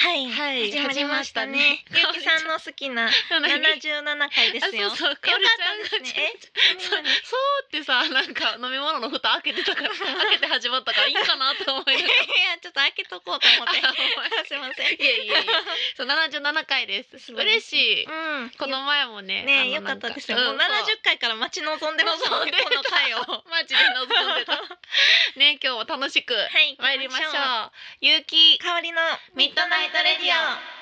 はい、 はい、 始まりましたね。 始まりましたねゆうきさんの好きな77回ですよ。 あ、そうそう、かよかっおりちゃんがたですね。 そうってさ、なんか飲み物の蓋開けてたから開けて始まったからいいかなと思いながらいやちょっと開けとこうと思って。 あお前すいません。 いえいえいえ、そう77回です素晴ら嬉しい、 うん。 この前もねねよかったですよ。もう70回から待ち望んでますもんね、この回を。 マジで望んでたね、今日も楽しくはい参りましょう、 行きまゆうき香りのミッドナイトレディオ。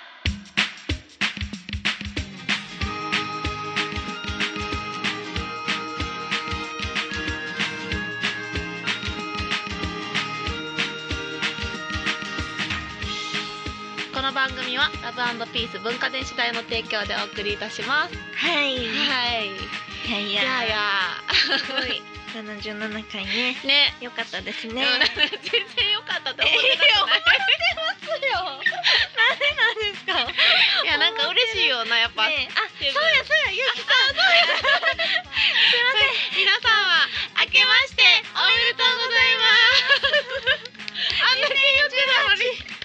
この番組はラブ&ピース文化電子台の提供でお送りいたします。 はい。いはい。 やいいやいや。 や。 すごい。77回ね。 ね。 よかったですね。 でもなんか全然良かったと思ってなくない。 思ってますよ。なんでなんですか。 いやなんか嬉しいよなやっぱ。 ねあ、そうやそうや、ゆうきさん。 皆様明けましておめでとうございます。あんだけ言ってたのに。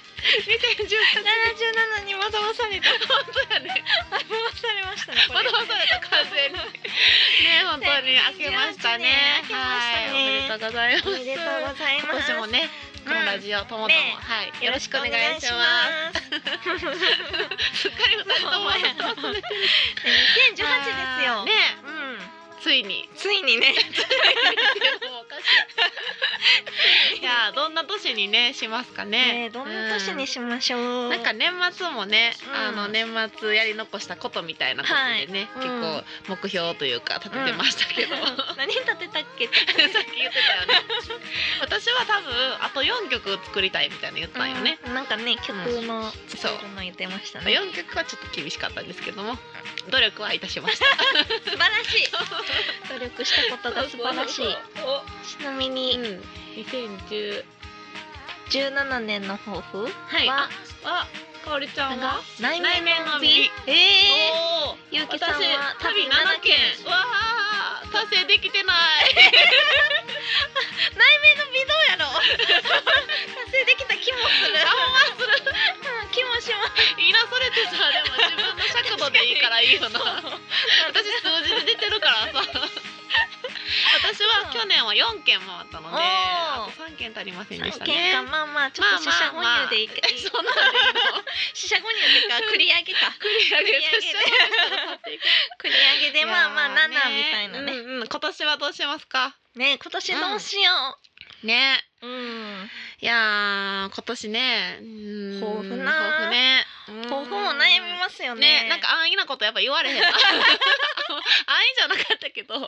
77に惑わされた。 本当やね。 惑わされましたね。これ惑わされた完全に。ね本当に明けましたね。 明けましたねはい、おめでとうございます。 おめでとうございます。 今年もね、このラジオともとも、 ねはいよろしくお願いします。すっかり二人ともやってますね。 2018ですよ。 ね、 うん。 ついに。 ついにね。 もうおかしい。いやどんな年にねしますかね。 ねどんな年にしましょう。 なんか年末もね、 うん年末やり残したことみたいなことでね、 はい結構目標というか立ててましたけど、 何立てたっけ。 さっき言ってたよね。私は多分あと4曲作りたいみたいな言ったんよね。 なんかね曲の作るの言ってましたね。 4曲はちょっと厳しかったんですけども努力はいたしました素晴らしい。努力したことが素晴らしい。ちなみに 2010 17年の抱負はいはあかおりちゃんは内内面の美。おーゆうきさんは私旅旅 7 7 件件。 わあ達成できてない内面の美どうやろ達成できた気もする。気もします。 いいなそれってさでも自分の尺度でいいからいいよな私数字で出てるからさ私は去年は4件回ったのであと3件足りませんでしたね。 喧嘩まあまあちょっと四捨五入でいいか。 そんなんでいいの四捨五入っていうか繰り上げか。 繰り上げ繰り上げでまあまあ7みたいなね。 今年はどうしますかね今年どうしよね。 う。うん。 いや今年ね抱負な抱負ね抱負も悩みますよね。 ねなんか安易なことやっぱ言われへんな安易じゃなかったけどなん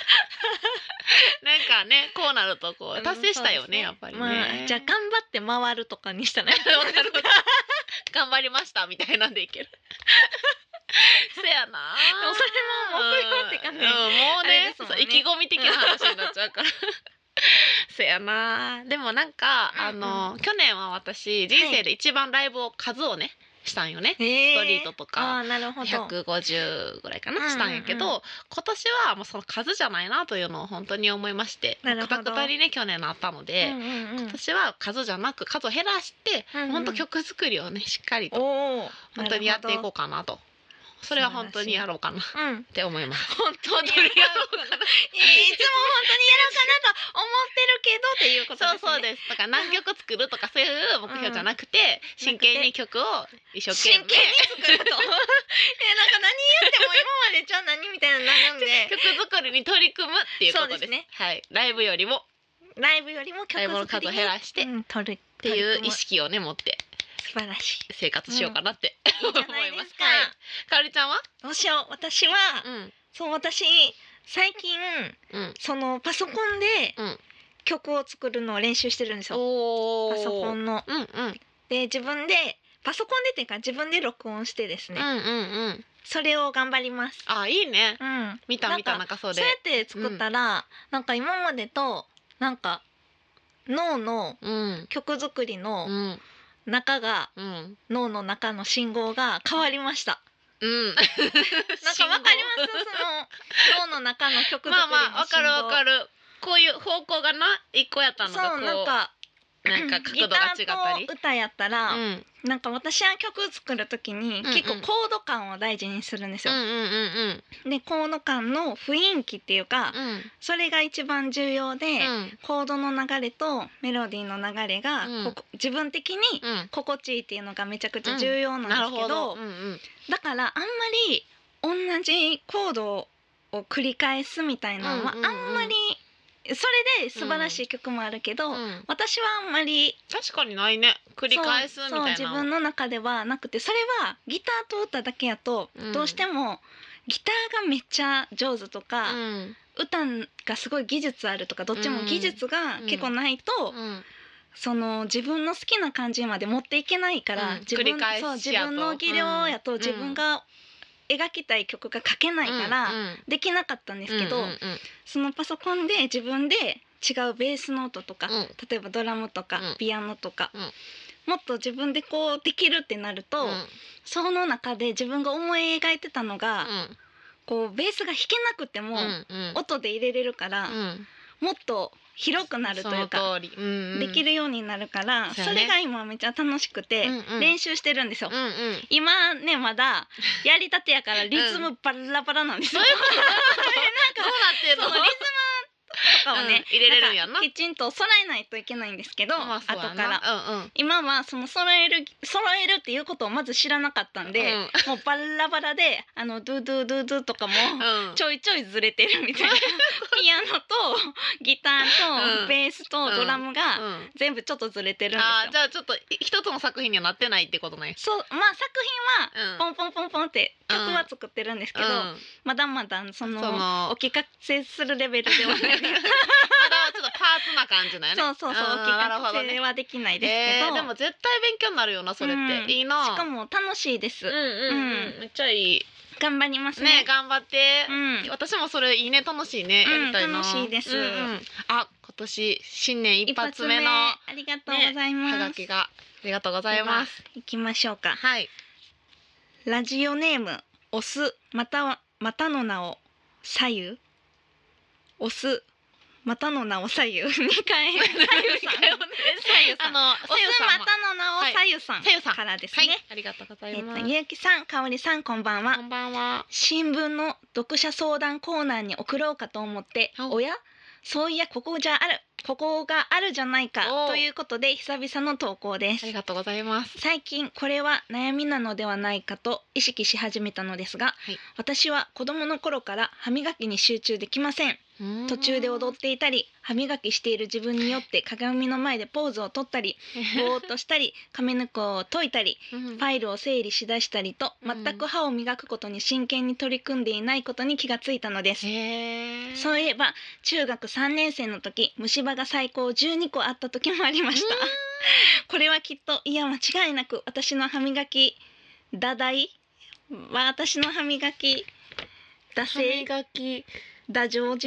かねこうなるとこう達成したよねやっぱりね、 まあじゃあ頑張って回るとかにしたら頑張りましたみたいなんでいけるせやなでもそれも目標ってかねもうあれねですもんね意気込み的な話になっちゃうからせやなでもなんか去年は私人生で一番ライブを数をねしたんよね、ストリートとかあなるほど 150ぐらいかな、 うんうんうんしたんやけど今年はもうその数じゃないなというのを本当に思いましてなるほどくたくたにね去年なったので、今年は数じゃなく数を減らして、本当曲作りをねしっかりとお本当にやっていこうかなとそれは本当にやろうかなっうんて思います。 本当にやろうかな。いつも本当にやろうかなと思ってるけどっていうことですね。 そうです。だから何曲作るとかそういう目標じゃなくて、真剣に曲を一生懸命真剣に作るとなんか何言っても今までじゃあ何みたいになるんで曲作りに取り組むっていうことです。 そうですねはい。ライブよりもライブよりも曲ライブの数を作りに減らしてっ取るていう意識をね持って素晴らしい。 生活しようかなって、 いいじゃないですか。 はい。かおりちゃんは？ どうしよう。私は、そう私最近そのパソコンで曲を作るのを練習してるんですよ。 おーパソコンの。で自分でパソコンでっていうか自分で録音してですね。それを頑張ります。 あ、いいね。見たなんかそれ。 そうやって作ったら、なんか今までとなんか脳の曲作りの中が、脳の中の信号が変わりました。なんかわかりますその脳の中の曲作りの信号。 まあわかる。こういう方向がな一個やったのがそうなんかなんか角度が違ったり。 ギターと歌やったら、なんか私は曲作る時に結構コード感を大事にするんですよ。でコード感の雰囲気っていうか、それが一番重要で、コードの流れとメロディーの流れが、自分的に心地いいっていうのがめちゃくちゃ重要なんですけど、だからあんまり同じコードを繰り返すみたいなのはあんまり、それで素晴らしい曲もあるけど、私はあんまり確かにないね、繰り返すみたいな。 そう自分の中ではなくて、それはギターと歌だけやと、どうしてもギターがめっちゃ上手とか、歌がすごい技術あるとか、どっちも技術が結構ないと、その自分の好きな感じまで持っていけないから、自分の技量やと自分が描きたい曲が書けないからできなかったんですけど、そのパソコンで自分で違うベースの音とか、例えばドラムとかピアノとか、もっと自分でこうできるってなると、その中で自分が思い描いてたのが、こうベースが弾けなくても音で入れれるから、もっと広くなるというか、できるようになるから、それが今めっちゃ楽しくて練習してるんですよ。今ねまだやりたてやからリズムバラバラなんですよ。なんかどうなってんの？ リズムとかをね、 入れれるんやな。 きちんと揃えないといけないんですけど、後から今はその揃えるっていうことをまず知らなかったんで、もうバラバラでドゥドゥドゥドゥとかもちょいちょいずれてるみたいな。ピアノとギターとベースとドラムが全部ちょっとずれてるんですよ。 じゃあちょっと一つの作品にはなってないってことね。 そう、まあ作品はポンポンポンポンって曲は作ってるんですけど、まだまだそのお聞かせするレベルではない。 まだちょっとパーツな感じだよね。 そうお聞かせはできないですけど、 でも絶対勉強になるよなそれって。いいな。 しかも楽しいです。 めっちゃいい。 頑張りますね。 頑張って。私もそれいいね、楽しいね、やりたいな。 楽しいです。 今年新年一発目のありがとうございます。 はがきがありがとうございます。 行きましょうか。 はい。 ラジオネームオスまたの名を左右、オスまたの名を左右2回左右さん、オスまたの名を左右さんからですね。 ありがとうございます。 ゆうきさん、かおりさん、こんばんは。 こんばんは。 新聞の読者相談コーナーに送ろうかと思って、おやそういやここがあるじゃないかということで久々の投稿です。 ありがとうございます。 最近これは悩みなのではないかと意識し始めたのですが、私は子供の頃から歯磨きに集中できません。途中で踊っていたり、歯磨きしている自分によって鏡の前でポーズを取ったり、ぼーっとしたり、髪の毛を解いたり、ファイルを整理しだしたりと、全く歯を磨くことに真剣に取り組んでいないことに気がついたのです。そういえば中学3年生の時、虫歯が最高12個あった時もありました。これはきっと、いや間違いなく私の歯磨き打台は私の歯磨き打声打事情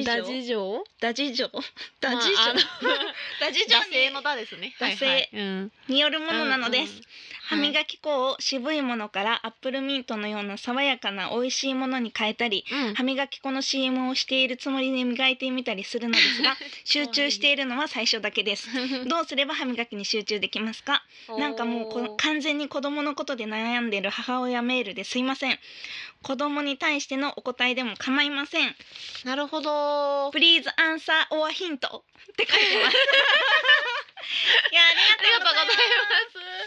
によるものなのです。歯磨き粉を渋いものからアップルミントのような爽やかな美味しいものに変えたり、歯磨き粉の CM をしているつもりで磨いてみたりするのですが集中しているのは最初だけです。どうすれば歯磨きに集中できますか？なんかもう完全に子供のことで悩んでいる母親メールですいません。子供に対してのお答えでも構いません。 なるほど。 Please answer or hint って書いてます。いや、ありがとうございます。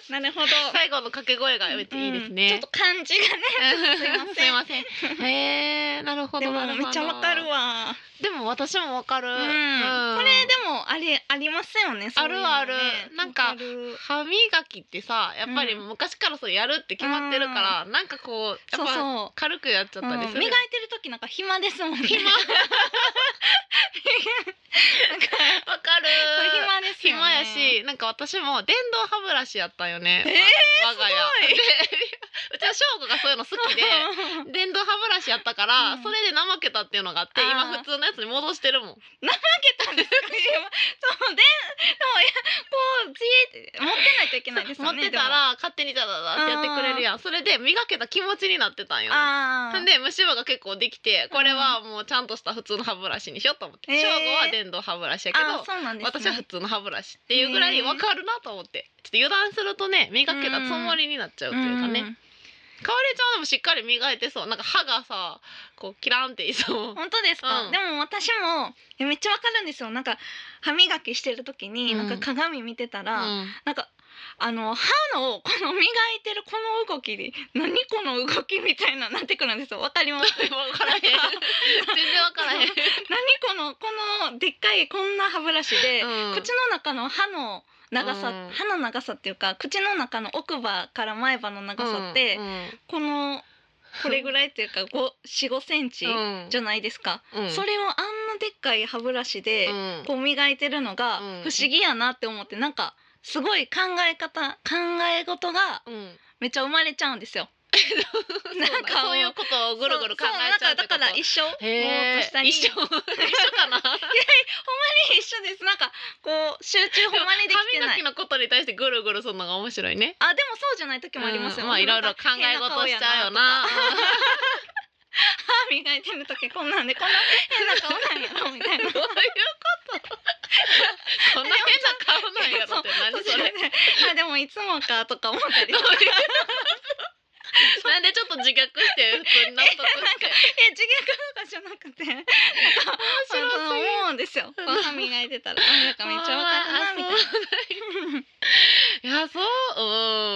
なるほど。 最後の掛け声がめっちゃいいですね。 ちょっと漢字がね。 すいません。なるほど。 でもめっちゃわかるわ。 でも私もわかる。これでもありますよね。 あるある。なんか歯磨きってさ、やっぱり昔からそうやるって決まってるから、なんかこうやっぱ軽くやっちゃったりする。 磨いてる時なんか暇ですもんね。 わかる。 暇ですよね。 暇やし、なんか私も電動歯ブラシやったんよね。我が家。うちは翔吾がそういうの好きで電動歯ブラシやったから、それで怠けたっていうのがあって、今普通のやつに戻してるもん。 怠けたんですか？そうでもこうちいいって持ってないといけないですよね。 持ってたら勝手にダダダってやってくれるやん。それで磨けた気持ちになってたんよ。ほんで虫歯が結構できて、これはもうちゃんとした普通の歯ブラシにしようと思って。正吾は電動歯ブラシやけど、私は普通の歯ブラシっていうぐらい分かるなと思って、ちょっと油断するとね磨けたつもりになっちゃうというかね。かおりちゃんでもしっかり磨いてそう。なんか歯がさこうキランっていそう。 本当ですか？でも私もめっちゃわかるんですよ。なんか歯磨きしてる時になんか鏡見てたら、なんか歯のこの磨いてるこの動きで何この動きみたいななってくるんですよ。わかります？ わからへん。全然わからへん。何このでっかいこんな歯ブラシで、口の中の歯の長さっていうか口の中の奥歯から前歯の長さって、これぐらいっていうか4-5センチじゃないですか、それをあんなでっかい歯ブラシでこう磨いてるのが不思議やなって思って、なんかすごい考え事がめっちゃ生まれちゃうんですよ。 なんかそういうことをぐるぐる考えちゃうってこと。 だから一緒。 一緒かな。いやほんまに一緒です。なんかこう集中ほんまにできてない。 歯磨きのことに対してぐるぐるするのが面白いね。 でもそうじゃない時もありますよ。 まあいろいろ考え事しちゃうよな。 歯磨いてる時こんなんでこんな変な顔なんやろみたいな。 どういうこと？こんな変な顔なんやろって何それ。 でもいつもかとか思ったり。 なんでちょっと自虐して普通に納得して。 自虐とかじゃなくて、思うんですよ。歯磨いてたらなんかめっちゃわかるなみたいな。 いやそう、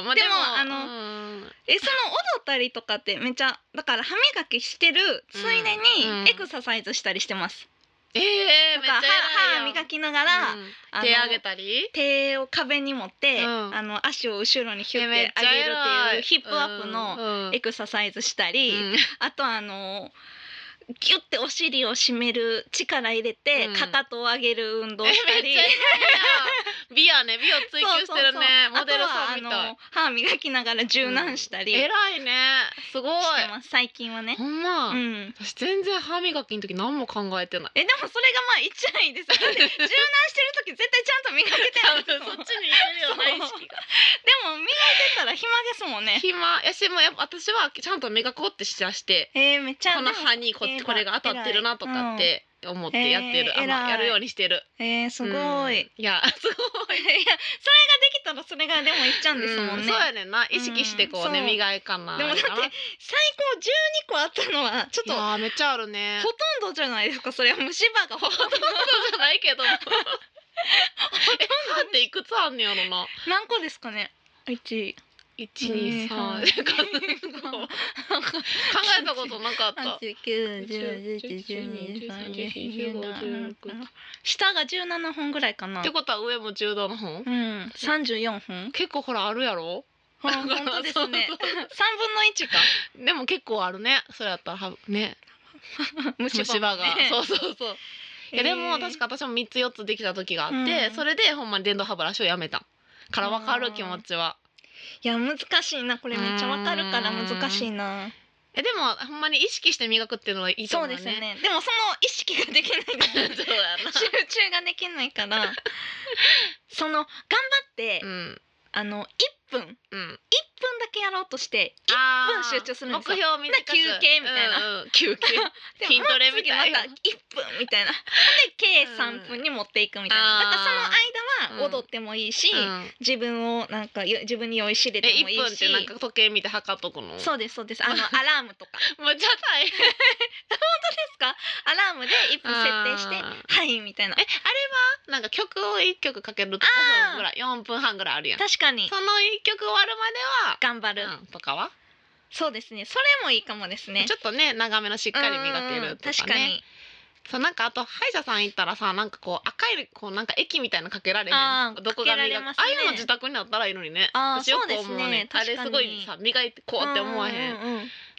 まあでもその踊ったりとかってめっちゃだから歯磨きしてるついでにエクササイズしたりしてます。 めっちゃ偉いやん。 歯磨きながら、 手上げたり手を壁に持って、足を後ろにヒュッて上げるっていうヒップアップのエクササイズしたり、あとギュッてお尻を締める力入れて、かかとを上げる運動したり。 美やね、美を追求してるね。モデルさんみたい。 歯磨きながら柔軟したり。 偉いね。すごい。 してます最近はね。 ほんま。私全然歯磨きの時何も考えてない。 でもそれがまあ一番いいです。柔軟してる時絶対ちゃんと磨けてる。 そっちにいけるよな意識が。 でも磨いてたら暇ですもんね。 暇やしもやっぱ私はちゃんと磨こうってしだして。 めっちゃこの歯にこれが当たってるなとかって思ってやってる。やるようにしてる。 すごい。 いやすごい。 それができたらそれがでもいっちゃうんですもんね。 そうやねんな。意識してこうね磨かな。 でもだって最高12個あったのはちょっとめっちゃあるね。 ほとんどじゃないですか。それは虫歯がほとんどじゃないけど。歯っていくつあんねやろな。 何個ですかね。1、 2、3考えたことなかった。 下が17本ぐらいかな。 ってことは上も17本 ？34本。 結構ほらあるやろ。 本当ですね。3分の1か。 でも結構あるね。それやったらね。虫歯が。そういやでも確か私も3つ4つできた時があって、それでほんまに電動歯ブラシをやめたから分かる気持ちは。 いや難しいな。これめっちゃわかるから難しいな。 でもほんまに意識して磨くっていうのはいいと思うね。 そうですね。でもその意識ができないから集中ができないからその頑張って1分だけやろうとして1分集中するんですよ。 目標短く休憩みたいな。 休憩筋トレみたいな。 また1分みたいな。で計3分に持っていくみたいな。だからその間は踊ってもいいし、自分をなんか自分に酔いしれてもいいし。 1分ってなんか時計見て測っとくの？ そうですそうです。アラームとか。 もうじゃ大変。 本当ですか？アラームで1分設定してはいみたいな。 あれはなんか曲を1曲かけると5分ぐらい4分半ぐらいあるやん。 確かに。 その1曲終わるまでは頑張るとかは。 そうですね。それもいいかもですね。 ちょっとね長めのしっかり磨けるとかね。 確かに。 そうなんかあと歯医者さん行ったらさなんかこう赤いこうなんか液みたいなかけられへん。どこが磨く。ああいうの自宅にあったらいいのにね。私よく思うね。あれすごいさ磨いてこうって思わへん。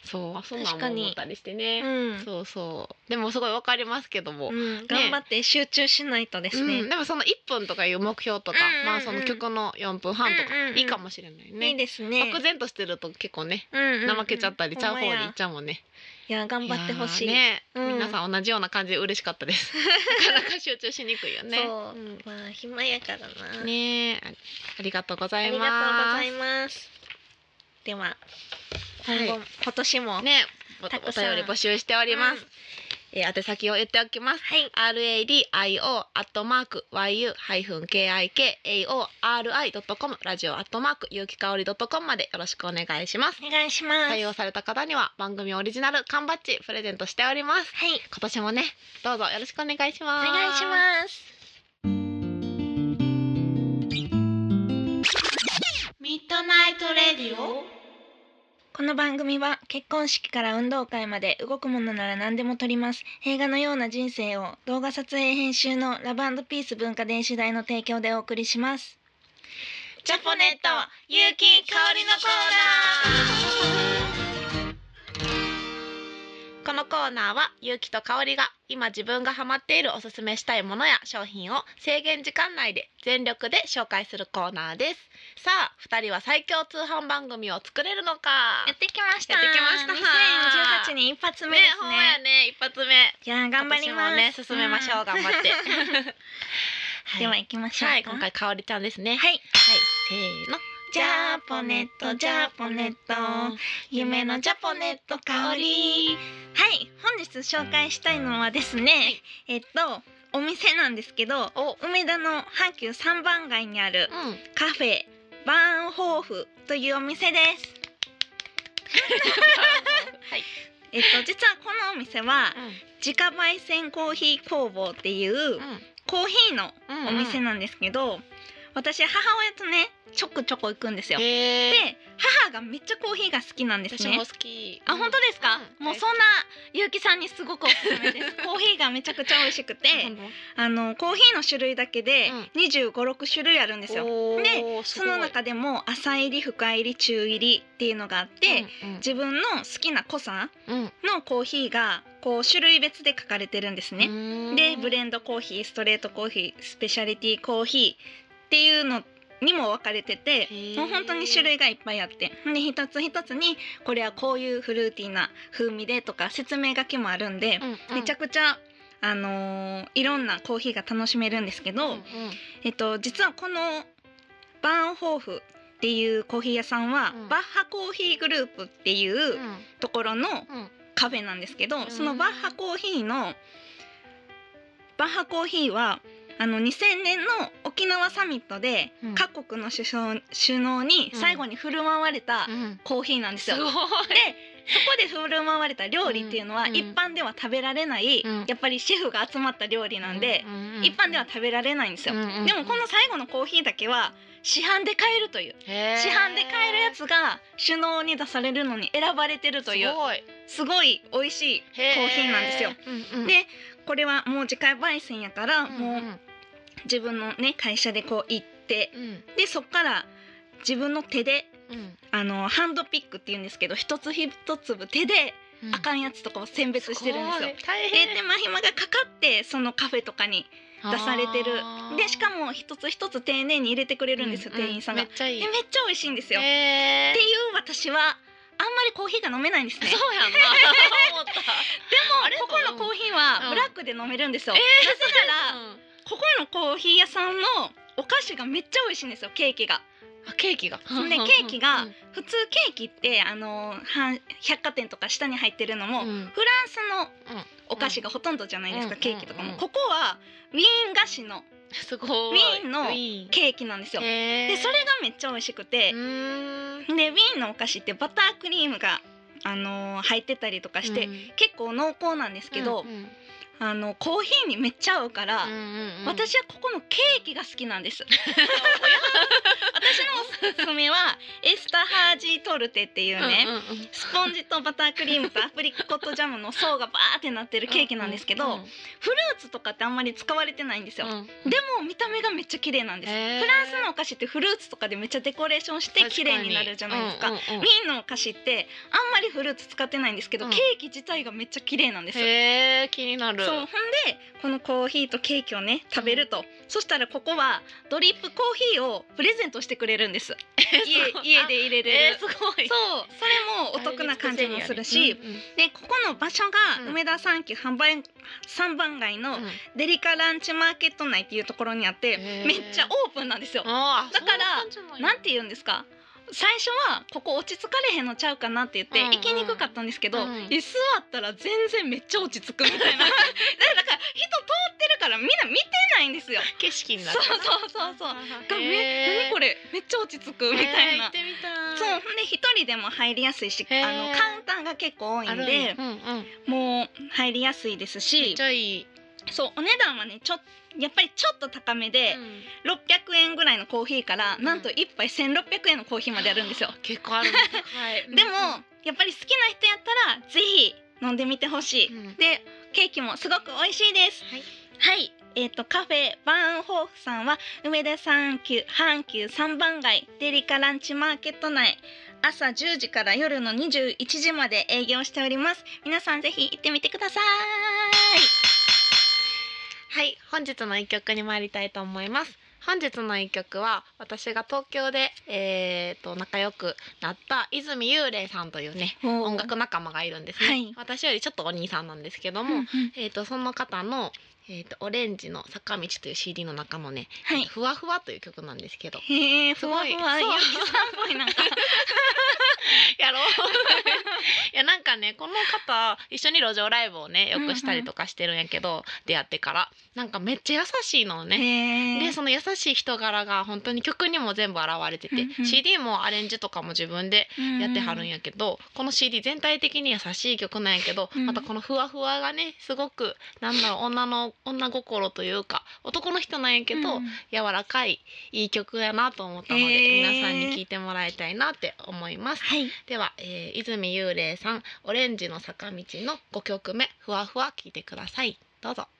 そうそんなんも思ったりしてね、そうそうでもすごいわかりますけども、 頑張って集中しないとですね、 でもその1分とかいう目標とか、まあその曲の4分半とかいいかもしれないね。 いいですね。 漠然としてると結構ね、怠けちゃったりちゃう方に行っちゃうもんね。 いや頑張ってほしいね、皆さん同じような感じで嬉しかったですなかなか集中しにくいよね。 そう、まあ暇やからなね。ありがとうございます。 ありがとうございます。では今年もねお便り募集しております。宛先を言っておきます。radio.yu-kikAORI.com ラジオ有機香り .com までよろしくお願いします。 お願いします。 採用された方には番組オリジナル缶バッジプレゼントしております。今年もねどうぞよろしくお願いします。 お願いします。 ミッドナイトレディオ。 この番組は結婚式から運動会まで動くものなら何でも撮ります。映画のような人生を動画撮影編集のラブ&ピース文化電子台の提供でお送りします。 ジャポネット有機香りのコーナー。このコーナーは有機と香りが今自分がハマっているおすすめしたいものや商品を制限時間内で全力で紹介するコーナーです。さあ2人は最強通販番組を作れるのか。 やってきました。2018年一発目ですね。 ほんまやね一発目。 じゃあ頑張ります。 ね進めましょう、頑張ってでは行きましょう。 今回香りちゃんですね。 はい、 せーの。 ジャポネットジャポネット夢のジャポネット香り。はい本日紹介したいのはですね、お店なんですけど梅田の阪急3番街にあるカフェバーンホーフというお店です実はこのお店は自家焙煎コーヒー工房っていうコーヒーのお店なんですけど、私母親とねちょくちょこ行くんですよ。で母がめっちゃコーヒーが好きなんですね。 私も好き。 本当ですか？もうそんなゆうきさんにすごくおすすめですコーヒーがめちゃくちゃ美味しくてコーヒーの種類だけで25、6種類あるんですよ。でその中でも浅入り深入り中入りっていうのがあって、自分の好きな濃さのコーヒーがこう種類別で書かれてるんですね。でブレンドコーヒー、ストレートコーヒー、スペシャリティコーヒーっていうのにも分かれてて、もう本当に種類がいっぱいあって、で一つ一つにこれはこういうフルーティーな風味でとか説明書きもあるんで、めちゃくちゃいろんなコーヒーが楽しめるんですけど、実はこのバーンホーフっていうコーヒー屋さんは、バッハコーヒーグループっていうところのカフェなんですけど、そのバッハコーヒーは2000年の沖縄サミットで各国の首脳に最後に振る舞われたコーヒーなんですよ。でそこで振る舞われた料理っていうのは一般では食べられない、やっぱりシェフが集まった料理なんで一般では食べられないんですよ。でもこの最後のコーヒーだけは市販で買えるという、市販で買えるやつが首脳に出されるのに選ばれてるというすごい美味しいコーヒーなんですよ。でこれはもう自家焙煎やから、もう自分のね会社でこう行って、でそっから自分の手で、ハンドピックっていうんですけど、一つ一粒手であかんやつとかを選別してるんですよ。で手間暇がかかってそのカフェとかに出されてる。でしかも一つ一つ丁寧に入れてくれるんですよ、店員さんが。めっちゃ美味しいんですよ。っていう私はあんまりコーヒーが飲めないんですね。 そうやんな。思った。 でもここのコーヒーはブラックで飲めるんですよ。なぜならここのコーヒー屋さんのお菓子がめっちゃ美味しいんですよ。ケーキが普通ケーキって百貨店とか下に入ってるのも、フランスのお菓子がほとんどじゃないですか、ケーキとかも。ここはウィーン菓子のウィーンのケーキなんですよ。でそれがめっちゃ美味しくて、でウィーンのお菓子ってバタークリームが入ってたりとかして、結構濃厚なんですけど、 コーヒーにめっちゃ合うから、私はここのケーキが好きなんです私のおすすめはエスタハージートルテっていうね、スポンジとバタークリームとアプリコットジャムの層がバーってなってるケーキなんですけど、フルーツとかってあんまり使われてないんですよ、でも見た目がめっちゃ綺麗なんです。フランスのお菓子ってフルーツとかでめっちゃデコレーションして綺麗になるじゃないですか。ウィーンのお菓子ってあんまりフルーツ使ってないんですけど、ケーキ自体がめっちゃ綺麗なんです。 へー、気になる。 そう、ほんでこのコーヒーとケーキをね食べると、そしたらここはドリップコーヒーをプレゼントしてくれるんです。家で入れれる、 すごい。 そう、それもお得な感じもするし、でここの場所が梅田3区3番街のデリカランチマーケット内っていうところにあって、めっちゃオープンなんですよ。だからなんて言うんですか、最初はここ落ち着かれへんのちゃうかなって言って行きにくかったんですけど、座ったら全然めっちゃ落ち着くみたいなだから人通ってるからみんな見てないんですよ、 景色になって。 そう何これめっちゃ落ち着くみたいな、 行ってみたい。そうで一人でも入りやすいし、カウンターが結構多いんで、もう入りやすいですし、 めっちゃいい。 そう、お値段はねやっぱりちょっと高めで、600円ぐらいのコーヒーから、なんと1杯1600円のコーヒーまであるんですよ。 結構ある。 でもやっぱり好きな人やったらぜひ飲んでみてほしい、でケーキもすごく美味しいです。はい、カフェバーンホーフさんは梅田3区阪急3番街デリカランチマーケット内、朝10時から夜の21時まで営業しております。皆さんぜひ行ってみてください。 はい、本日の一曲に参りたいと思います。本日の一曲は私が東京で、仲良くなった泉幽霊さんというね音楽仲間がいるんですね、私よりちょっとお兄さんなんですけども、その方のオレンジの坂道という CD の中のね、ふわふわという曲なんですけど、 ふわふわゆきさんっぽいなんかやろういやなんかね、この方一緒に路上ライブをねよくしたりとかしてるんやけど、出会ってからなんかめっちゃ優しいのね。でその優しい人柄が本当に曲にも全部現れてて、CD もアレンジとかも自分でやってはるんやけど、この CD 全体的に優しい曲なんやけど、またこのふわふわがねすごくなんだろう、女心というか男の人なんやけど、柔らかいいい曲やなと思ったので、皆さんに聴いてもらいたいなって思います。では、泉幽霊さんオレンジの坂道の5曲目ふわふわ聴いてください。どうぞ。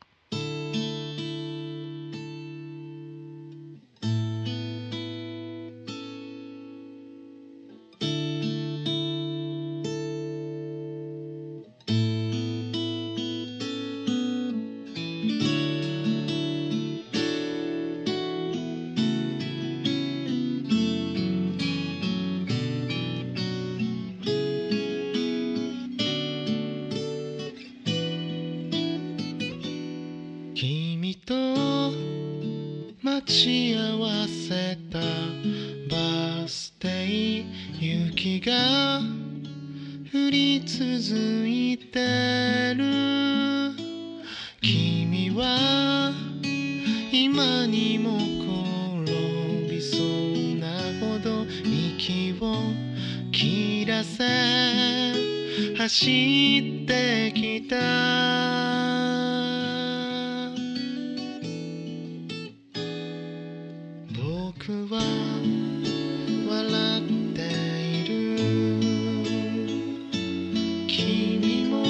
君と待ち合わせたバースデー、雪が降り続いてる。君は今にも転びそうなほど息を切らせ走ってきた。僕は笑っている。君も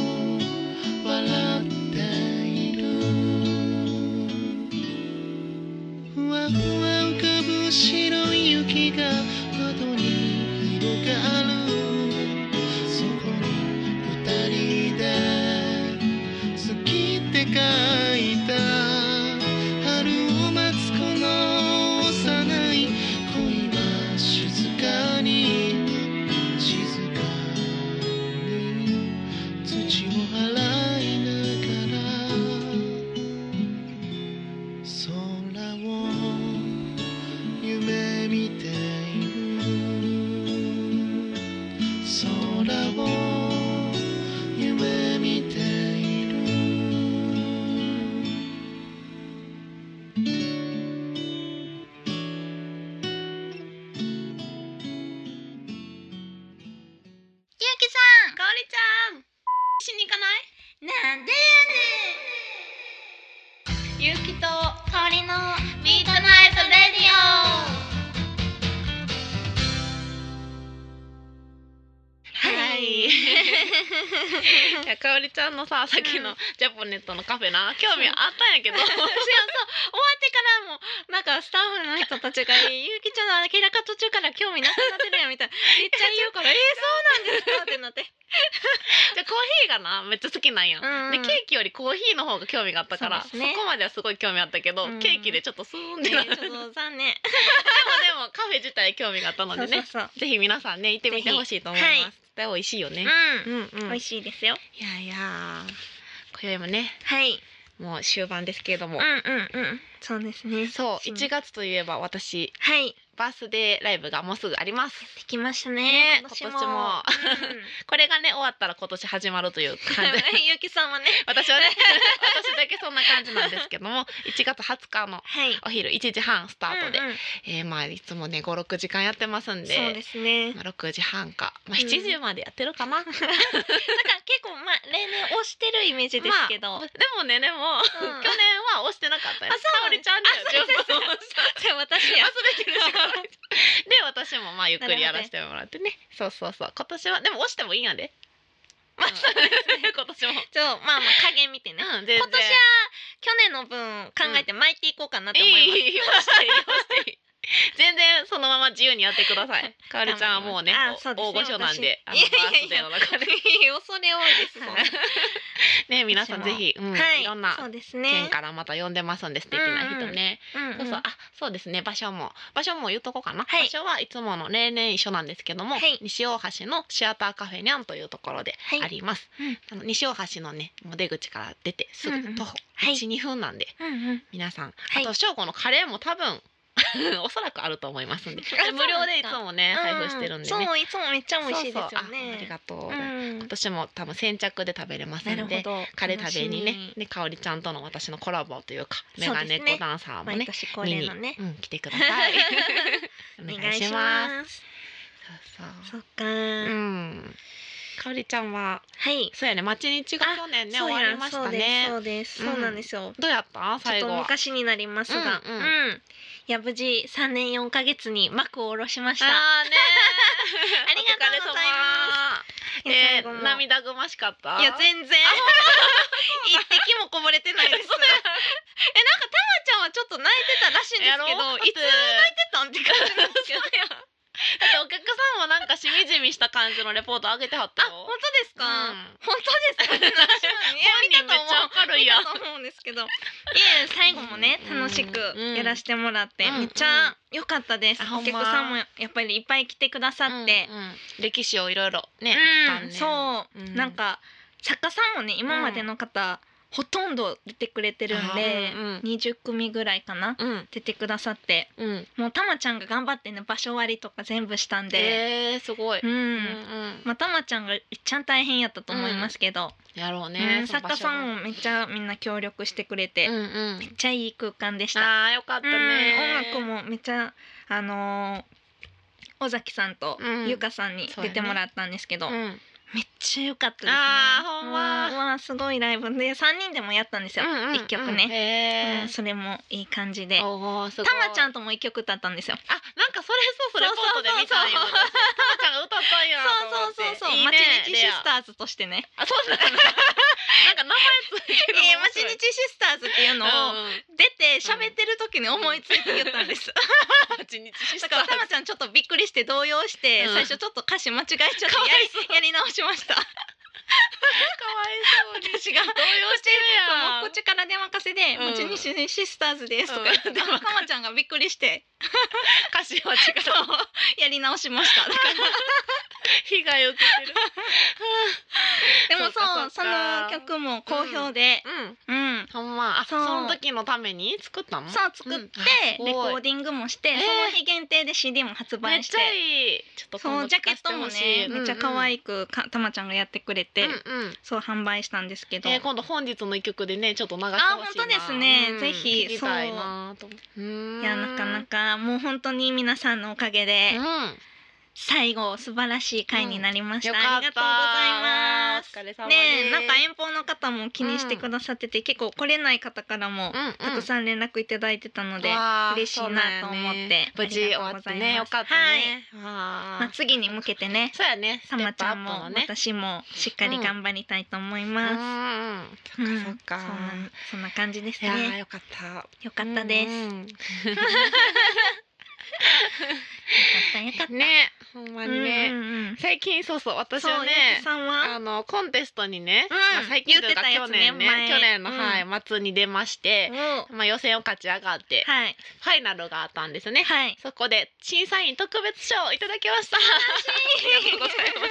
笑っている。ふわふわ浮かぶ白い雪が窓に広がる。そこに二人で好きって書いた春を待つこの幼い恋は静かに土を払いながら空を夢見ている。空を夢見ている。 ゆうきさん、 かおりちゃんしに行かない？ なんでやねん。 いやかおりちゃんのさっきのジャポネットのカフェな興味あったんやけど、そう終わってからもなんかスタッフの人たちがゆうきちゃんの明らか途中から興味なくなってるやんみたいなめっちゃ言うからそうなんですかってなってじゃコーヒーがなめっちゃ好きなんや、でケーキよりコーヒーの方が興味があったから そこまではすごい興味あったけど、ケーキでちょっとスーンってなって、 ちょっと残念でもカフェ自体興味があったのでね、ぜひ皆さんね行ってみてほしいと思います。絶対美味しいよね。 美味しいですよ。 いやいや今宵もねもう終盤ですけれども、 そうですね。 そう1月といえば私バースデーライブがもうすぐあります。 できましたね。 今年もこれがね終わったら今年始まるという感じ。 ゆうきさんはね、 私はね私だけそんな感じなんですけども、1月20日のお昼1時半スタートで、まあいつもね5、6時間やってますんで、 そうですね。 6時半か7時までやってるかな。だから結構例年押してるイメージですけど、 でも去年は押してなかったよ。かおりちゃんだよ。 私や。 忘れてるし。で私もまあゆっくりやらせてもらってね。そう今年はでも押してもいいんやで。今年もまあ加減見てね。今年は去年の分考えて巻いていこうかなって思います。 押して全然そのまま自由にやってください。かおりちゃんはもうね大御所なんで、バースデーの中で恐れ多いです。 ね皆さんぜひいろんな県からまた呼んでますんで、素敵な人ね。そうですね。場所も言っとこうかな。場所はいつもの例年一緒なんですけども、西大橋のシアターカフェニャンというところであります。西大橋のねもう出口から出てすぐ徒歩1、2分なんで、皆さんあと正午のカレーも多分おそらくあると思いますんで、無料でいつもね配布してるんでね。 そういつもめっちゃ美味しいですよね。 ありがとう。今年も多分先着で食べれますので、カレー食べにね、かおりちゃんとの私のコラボというかメガネっ子ダンサーもね見に来てください。お願いします。 そっか。 かおりちゃんはそうやね、待ち日が去年ね終わりましたね。 そうなんですよ。 どうやった最後。 ちょっと昔になりますが、いや無事3年4ヶ月に幕を下ろしました。ありがとうございます。 涙ぐましかった。 いや全然一滴もこぼれてないです。なんかたまちゃんはちょっと泣いてたらしいんですけど、いつ泣いてたんって感じなんですよね。 だってお客さんもなんかしみじみした感じのレポートあげてはったよ。 本当ですか？本当ですか？ 本人めっちゃ明るいやん。 見たと思うんですけど、最後もね楽しくやらせてもらってめっちゃ良かったです。お客さんもやっぱりいっぱい来てくださって、 歴史をいろいろね。 そうなんか作家さんもね今までの方ほとんど出てくれてるんで、20組ぐらいかな、出てくださって、もうたまちゃんが頑張ってね場所割りとか全部したんで、 すごい。 まあたまちゃんがいっちゃん大変やったと思いますけど、 やろうね。 作家さんもめっちゃみんな協力してくれて、めっちゃいい空間でした。 よかったね。 音楽もめっちゃ尾崎さんとゆかさんに出てもらったんですけど。めっちゃ良かったですね。 ほんま。 すごいライブで3人でもやったんですよ。1曲ね。それもいい感じで。たまちゃんとも1曲歌ったんですよ。 なんかそれレポートで見たよ。たまちゃんが歌ったんや。 そう。町日シスターズとしてね。 そうなんだ。なんか名前ついてる。 町日シスターズっていうのを出て喋ってる時に思いついて言ったんです。 町日シスターズ。だからたまちゃんちょっとびっくりして動揺して最初ちょっと歌詞間違えちゃってやり直しました。かわいそう。 私が動揺してるやん。口から出任せで町日シスターズですとか言ってたまちゃんがびっくりして歌詞間違えやり直しました。だから被害を受けてる。 でもその曲も好評で、 ほんまその時のために作ったの？ そう作ってレコーディングもしてその日限定で CD も発売して、 めっちゃいい。ちょっとそうジャケットもねめっちゃ可愛くたまちゃんがやってくれて、そう販売したんですけど、 今度本日の一曲でねちょっと流してほしいな。 本当ですね。ぜひ聞きたいなと。 いやなかなかもう本当に皆さんのおかげで。 最後素晴らしい回になりました、 よかった。 ありがとうございます。 お疲れ様です。 ね、なんか遠方の方も気にしてくださってて、結構来れない方からもたくさん連絡いただいてたので、嬉しいなと思って、 無事終わってね、よかったね。 まあ次に向けてね、 そうやね、 さまちゃんも私もしっかり頑張りたいと思います。 そっか、 そんな感じですね。 いやよかった。 よかったです。よかったね、ほんまにね。最近そう私はね、コンテストにね、最近というか去年の末に出まして、予選を勝ち上がってファイナルがあったんですね。そこで審査員特別賞をいただきました。ありがとうございます。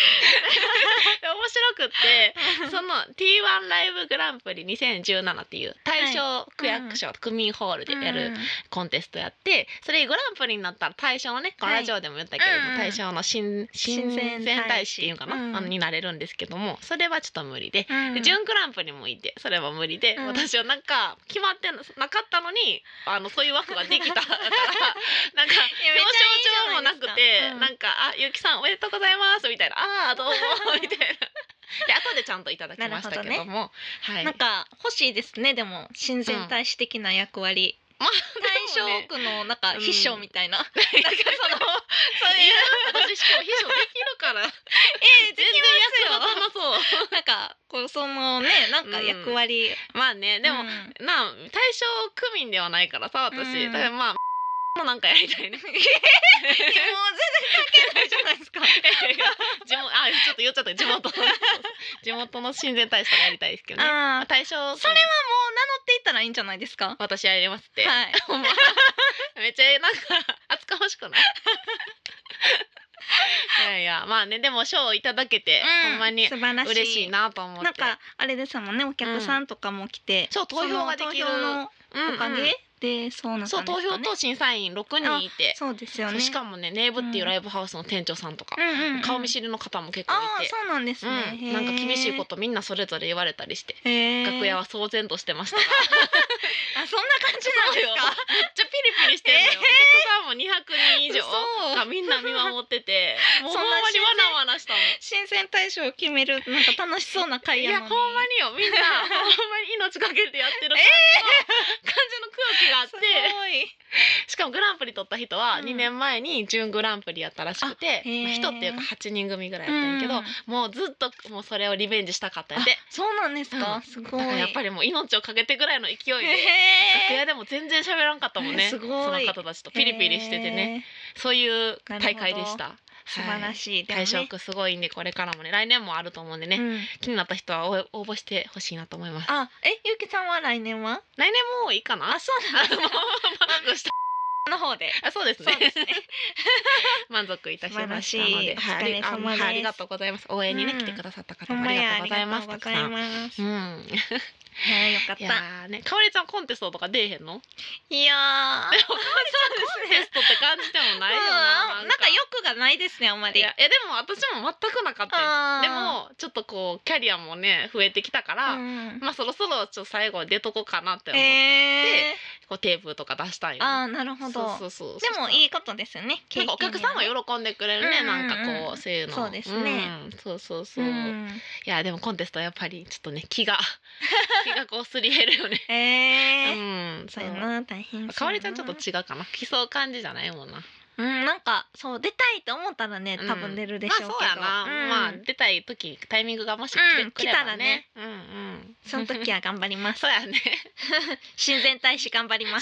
面白くってその T1 ライブグランプリ2017っていう大正区役所区民ホールでやるコンテストやって、それグランプリになったら大賞のね、ラジオでも言ったけれども、大賞の親善大使っていうかな、になれるんですけども、それはちょっと無理で、準グランプリもいてそれは無理で、私はなんか決まってなかったのにそういう枠ができたからなんか表彰状もなくて、なんかゆきさんおめでとうございますみたいな、どうもみたいな。で後でちゃんといただきましたけども、 なんか欲しいですね。でも親善大使的な役割、大正区のなんか秘書みたいな、なんかそういう私しかも秘書できるから全然役立たなそう。 なんかこうそのね、なんか役割、 まあね、でも大正区民ではないからさ、私だからまあなんかやりたいね。もう全然関係ないじゃないですか。ちょっと言っちゃった、地元の親善大使とかやりたいですけどね。大正それはもう名乗っていったらいいんじゃないですか。 私やりますって。めっちゃなんか厚かましくない？いやまあね、でも賞をいただけてほんまに嬉しいなと思って。 なんかあれですもんね、お客さんとかも来て、 そう投票ができるのおかげでそうなったんですかね。 投票と審査員6人いて、 そうですよね。 しかもね、ネイブっていうライブハウスの店長さんとか顔見知りの方も結構いて、 そうなんですね。 なんか厳しいことみんなそれぞれ言われたりして、楽屋は騒然としてました。 そんな感じなんですか。 めっちゃピリピリしてるのよ。お客さんも200人以上がみんな見守ってて、もうほんまにわなわなしたもん。 親善大使を決めるなんか楽しそうな会やのに。 いやほんまによ、みんなほんまに命かけてやってる感じの空気があって、しかもグランプリ取った人は2年前に準グランプリやったらしくて、人っていうか8人組ぐらいやったんやけど、もうずっともうそれをリベンジしたかったんで。 そうなんですか。すごい。 やっぱりもう命をかけてぐらいの勢いで楽屋でも全然喋らんかったもんね。その方たちとピリピリしててね、そういう大会でした。 素晴らしい。 大正区すごいんで、これからもね来年もあると思うんでね、気になった人は応募してほしいなと思います。 ゆうきさんは来年は？ 来年もいいかな。 そうなんです。 満足したの方で。 そうですね。満足いたしましたので、ありがとうございます。応援にね来てくださった方もありがとうございます。たくさん。 よかった。 いやね、かおりちゃんコンテストとか出えへんの？ いやコンテストって感じでもないよな。 なんか欲がないですね、あんまり。 でも私も全くなかった。でもちょっとこうキャリアもね増えてきたから、まあそろそろちょっと最後出とこうかなって思ってこうテープとか出したんよ。 なるほど。でもいいことですよね。 なんかお客さんも喜んでくれるね。なんかこうそういうの。 そうですね。 そう。いやでもコンテストはやっぱりちょっとね気がこうすり減るよね。 そうやな、大変。 かおりちゃんちょっと違うかな。来そう感じじゃないもんな。 なんかそう出たいと思ったらね、多分出るでしょうけど。 そうやな。まあ出たい時タイミングがもし来たらね。 その時は頑張ります。 そうやね。 親善大使頑張ります。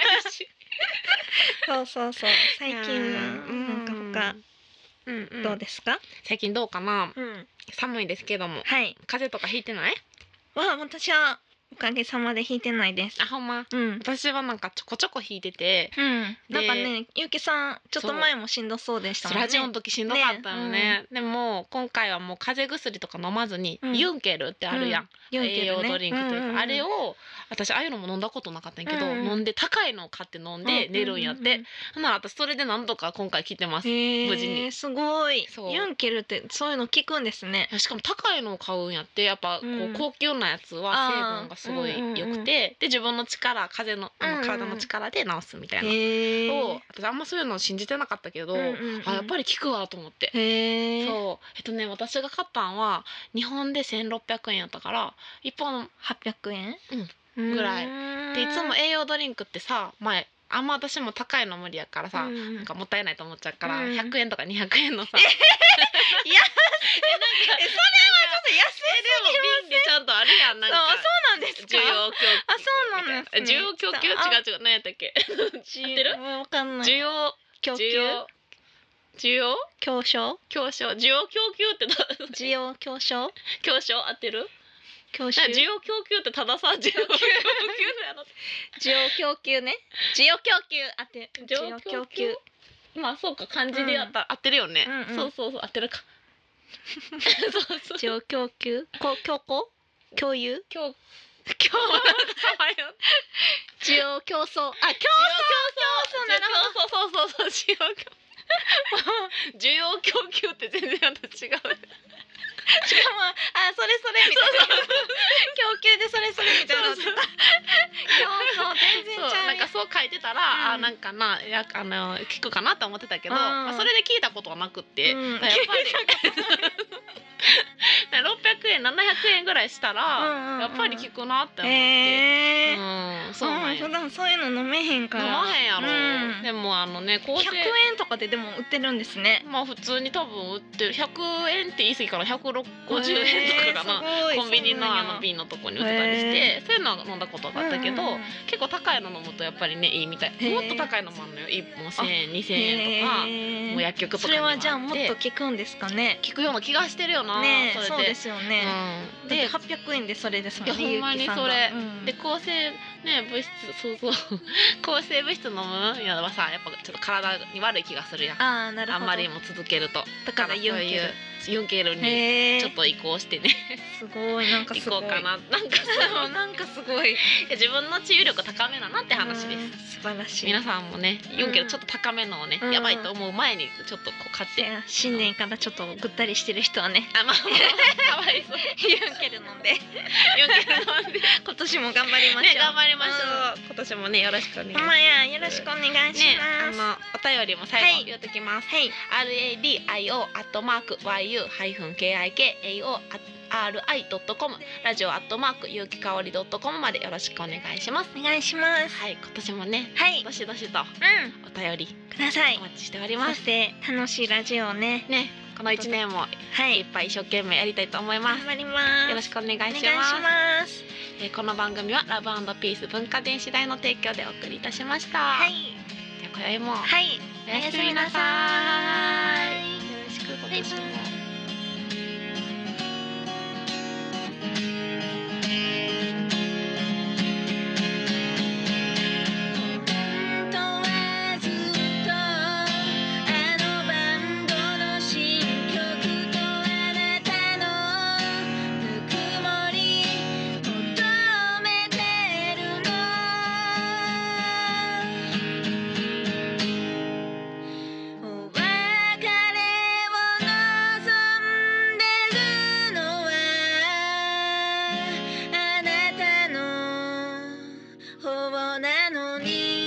そう。最近なんか他どうですか？ 最近どうかな。寒いですけども。風邪とかひいてない？ 私はおかげさまで引いてないです。 ほんま。私はなんかちょこちょこ引いてて、 なんかね、ゆうきさんちょっと前もしんどそうでしたもんね。 ラジオの時しんどかったよね。でも今回はもう風邪薬とか飲まずにユンケルってあるやん。栄養ドリンクというか、あれを私ああいうのも飲んだことなかったんやけど、飲んで高いのを買って飲んで寝るんやって。ほんなら私それでなんとか今回来てます。無事に。 すごい。ユンケルってそういうの効くんですね。 しかも高いのを買うんやって、やっぱこう高級なやつは成分がすごい良くて、で自分の力、風の体の力で治すみたいな、私あんまそういうの信じてなかったけど、やっぱり効くわと思って。そう私が買ったんは日本で1600円やったから1本 800円、 ぐらいで、いつも栄養ドリンクってさ、前あんま私も高いの無理やからさ、なんかもったいないと思っちゃうから、100円とか200円のさ、いやそれはちょっと安すぎでも瓶でちゃんとあるやん、なんかそうなんですか。 需要供給、 そうなんです需要供給、違う何やったっけ、合ってる？ わかんない。 需要供給、 需要供賞、 需要供給って需要供賞、 合ってる？ 供給、 需要供給ってたださ、需要供給やろ。 需要供給ね、需要供給あって、需要供給、 まあそうか、漢字でやったら合ってるよね。そう合ってるか。 需要供給、共有、需要競争、なるほど。 そう需要供給って全然違う。 しかもそれみたいな、供給でそれみたいな、競争全然ちゃう。 なんかそう書いてたら、なんかな、聞くかなと思ってたけど、それで聞いたことはなくって、やっぱり600円700円ぐらいしたらやっぱり効くなって思って、 そうなんや。普段そういうの飲めへんから。 飲まへんやろ。でも 100円とかででも売ってるんですね。 まあ普通に多分売ってる。100円って言い過ぎかな、150円とかかな、コンビニの瓶のとこに売ってたりして、そういうのは飲んだことがあったけど、結構高いの飲むとやっぱりね、いいみたい。もっと高いのもあるのよ。1本1000円2000円とか、もう薬局とかそれはじゃあもっと効くんですかね。 効くような気がしてるよな。 そうですよね。で800円でそれですもんね。 ほんまにそれで、抗生物質、抗生物質飲むのはさ、やっぱちょっと体に悪い気がするやん。あんまりも続けると。 だからユンケルにちょっと移行してね。 すごい、なんかすごい。 行こうかな。 なんかすごい。 自分の治癒力高めだなって話です。 素晴らしい。 皆さんもね、ユンケルちょっと高めのをね、やばいと思う前にちょっと買って。 新年からちょっとぐったりしてる人はね。 かわいそう。 ユンケル飲んで。今年も頑張りましょう。 頑張りましょう。今年もね、よろしくお願いします。 よろしくお願いします。お便りも最後言ってきます。radio@yu-kikao.ri.com ラジオゆうきかおり .com までよろしくお願いします。 お願いします。 はい、今年もね、どしどしとお便りください。 お待ちしております。 そして楽しいラジオをね、 この1年もいっぱい一生懸命やりたいと思います。 頑張ります。 よろしくお願いします。この番組はラブ&ピース文化電子台の提供でお送りいたしました。じゃあ今宵もおやすみなさい。よろしく今年も。 なのに